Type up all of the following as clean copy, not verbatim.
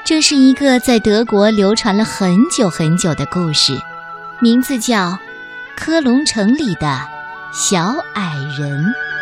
这是一个在德国流传了很久很久的故事，名字叫《科隆城里的小矮人》。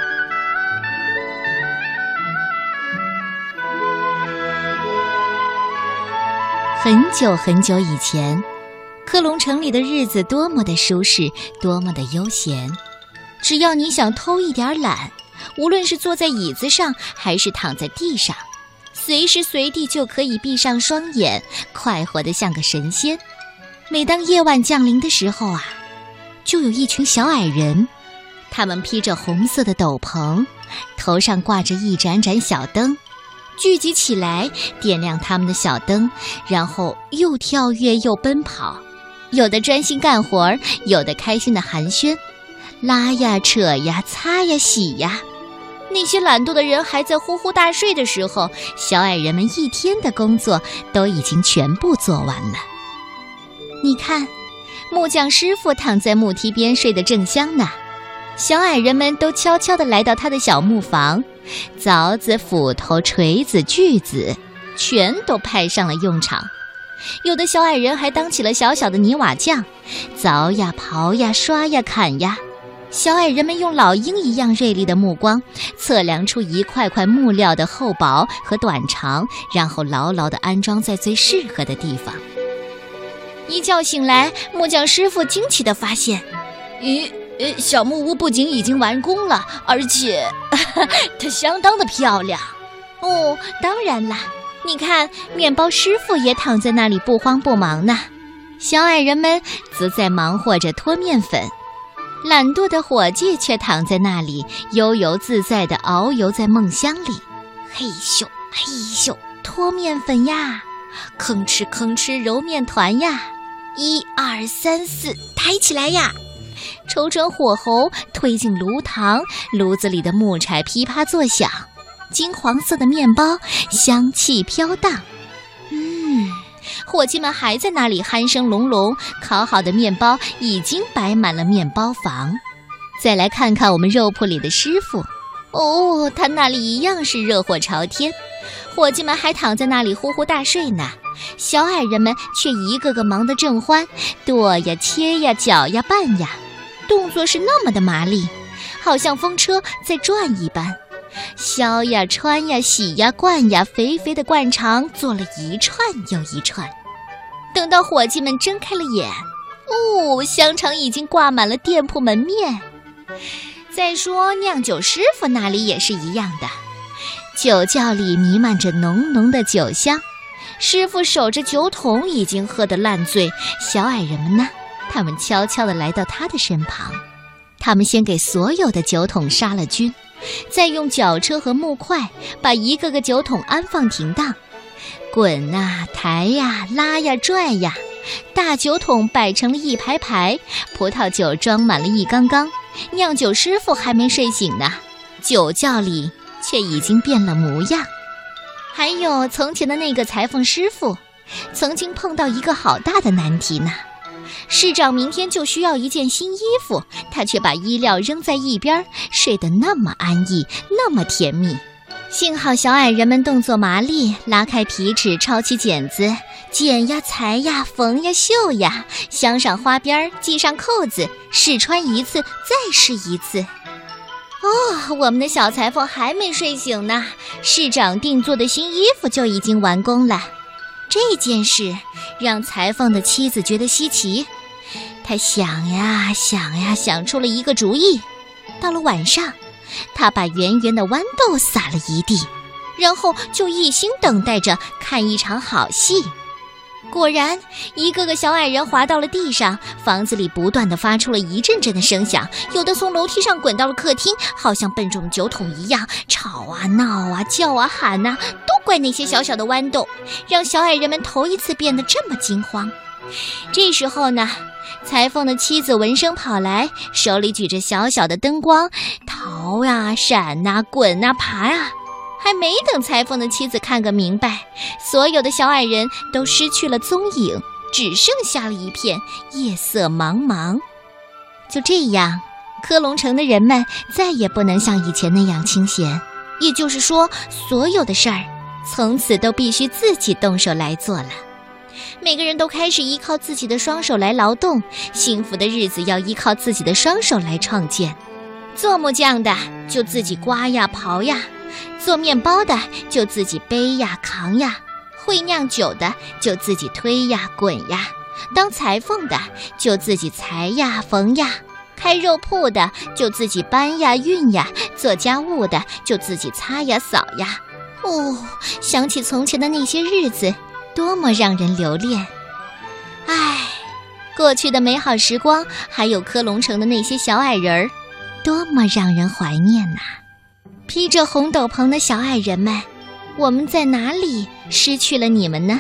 很久很久以前，科隆城里的日子多么的舒适，多么的悠闲。只要你想偷一点懒，无论是坐在椅子上还是躺在地上，随时随地就可以闭上双眼，快活得像个神仙。每当夜晚降临的时候啊，就有一群小矮人，他们披着红色的斗篷，头上挂着一盏盏小灯，聚集起来点亮他们的小灯，然后又跳跃又奔跑，有的专心干活，有的开心的寒暄，拉呀扯呀，擦呀洗呀。那些懒惰的人还在呼呼大睡的时候，小矮人们一天的工作都已经全部做完了。你看，木匠师傅躺在木梯边睡得正香呢，小矮人们都悄悄地来到他的小木房，凿子、斧头、锤子、锯子全都派上了用场。有的小矮人还当起了小小的泥瓦匠，凿呀刨呀刷呀砍呀。小矮人们用老鹰一样锐利的目光测量出一块块木料的厚薄和短长，然后牢牢地安装在最适合的地方。一觉醒来，木匠师傅惊奇地发现，小木屋不仅已经完工了，而且它相当的漂亮。哦，当然啦，你看，面包师傅也躺在那里不慌不忙呢，小矮人们则在忙活着脱面粉。懒惰的伙计却躺在那里，悠游自在地遨游在梦乡里。嘿咻嘿咻，脱面粉呀，吭哧吭哧揉面团呀，1、2、3、4，抬起来呀！抽准火候，推进炉膛，炉子里的木柴噼啪作响，金黄色的面包香气飘荡。伙计们还在那里鼾声隆隆，烤好的面包已经摆满了面包房。再来看看我们肉铺里的师傅，哦，他那里一样是热火朝天。伙计们还躺在那里呼呼大睡呢，小矮人们却一个个忙得正欢，剁呀切呀搅呀拌呀，动作是那么的麻利，好像风车在转一般。削呀穿呀洗呀灌呀，肥肥的灌肠做了一串又一串。等到伙计们睁开了眼，香肠已经挂满了店铺门面。再说酿酒师傅那里也是一样的，酒窖里弥漫着浓浓的酒香，师傅守着酒桶已经喝得烂醉。小矮人们呢，他们悄悄地来到他的身旁，他们先给所有的酒桶杀了菌，再用绞车和木块把一个个酒桶安放停当，滚啊抬呀拉呀拽呀，大酒桶摆成了一排排，葡萄酒装满了一缸缸。酿酒师傅还没睡醒呢，酒窖里却已经变了模样。还有从前的那个裁缝师傅，曾经碰到一个好大的难题呢。市长明天就需要一件新衣服，他却把衣料扔在一边，睡得那么安逸，那么甜蜜。幸好小矮人们动作麻利，拉开皮尺，抄起剪子，剪呀裁呀缝呀绣呀，镶上花边，系上扣子，试穿一次再试一次。我们的小裁缝还没睡醒呢，市长定做的新衣服就已经完工了。这件事让裁缝的妻子觉得稀奇，她想呀想呀，想出了一个主意。到了晚上，她把圆圆的豌豆撒了一地，然后就一心等待着看一场好戏。果然，一个个小矮人滑到了地上，房子里不断地发出了一阵阵的声响，有的从楼梯上滚到了客厅，好像笨重的酒桶一样，吵啊闹啊叫啊喊啊，都怪那些小小的豌豆，让小矮人们头一次变得这么惊慌。这时候呢，裁缝的妻子闻声跑来，手里举着小小的灯光，逃啊闪啊滚啊爬啊。还没等裁缝的妻子看个明白，所有的小矮人都失去了踪影，只剩下了一片夜色茫茫。就这样，科隆城的人们再也不能像以前那样清闲，也就是说，所有的事儿从此都必须自己动手来做了。每个人都开始依靠自己的双手来劳动，幸福的日子要依靠自己的双手来创建。做木匠的就自己刮呀刨呀，做面包的就自己背呀扛呀，会酿酒的就自己推呀滚呀，当裁缝的就自己裁呀缝呀，开肉铺的就自己搬呀运呀，做家务的就自己擦呀扫呀。想起从前的那些日子，多么让人留恋。过去的美好时光，还有科隆城的那些小矮人儿，多么让人怀念呐！披着红斗篷的小矮人们，我们在哪里失去了你们呢？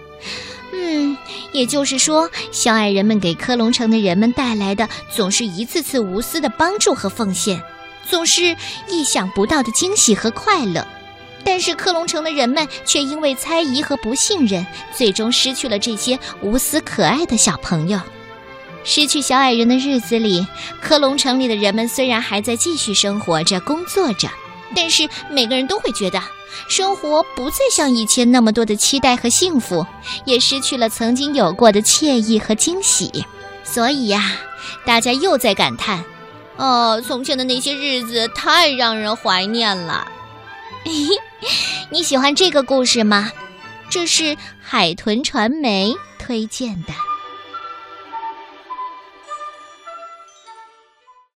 也就是说，小矮人们给科隆城的人们带来的总是一次次无私的帮助和奉献，总是意想不到的惊喜和快乐。但是科隆城的人们却因为猜疑和不信任，最终失去了这些无私可爱的小朋友。失去小矮人的日子里，科隆城里的人们虽然还在继续生活着工作着，但是每个人都会觉得生活不再像以前那么多的期待和幸福，也失去了曾经有过的惬意和惊喜。所以呀，大家又在感叹，从前的那些日子太让人怀念了。你喜欢这个故事吗？这是海豚传媒推荐的。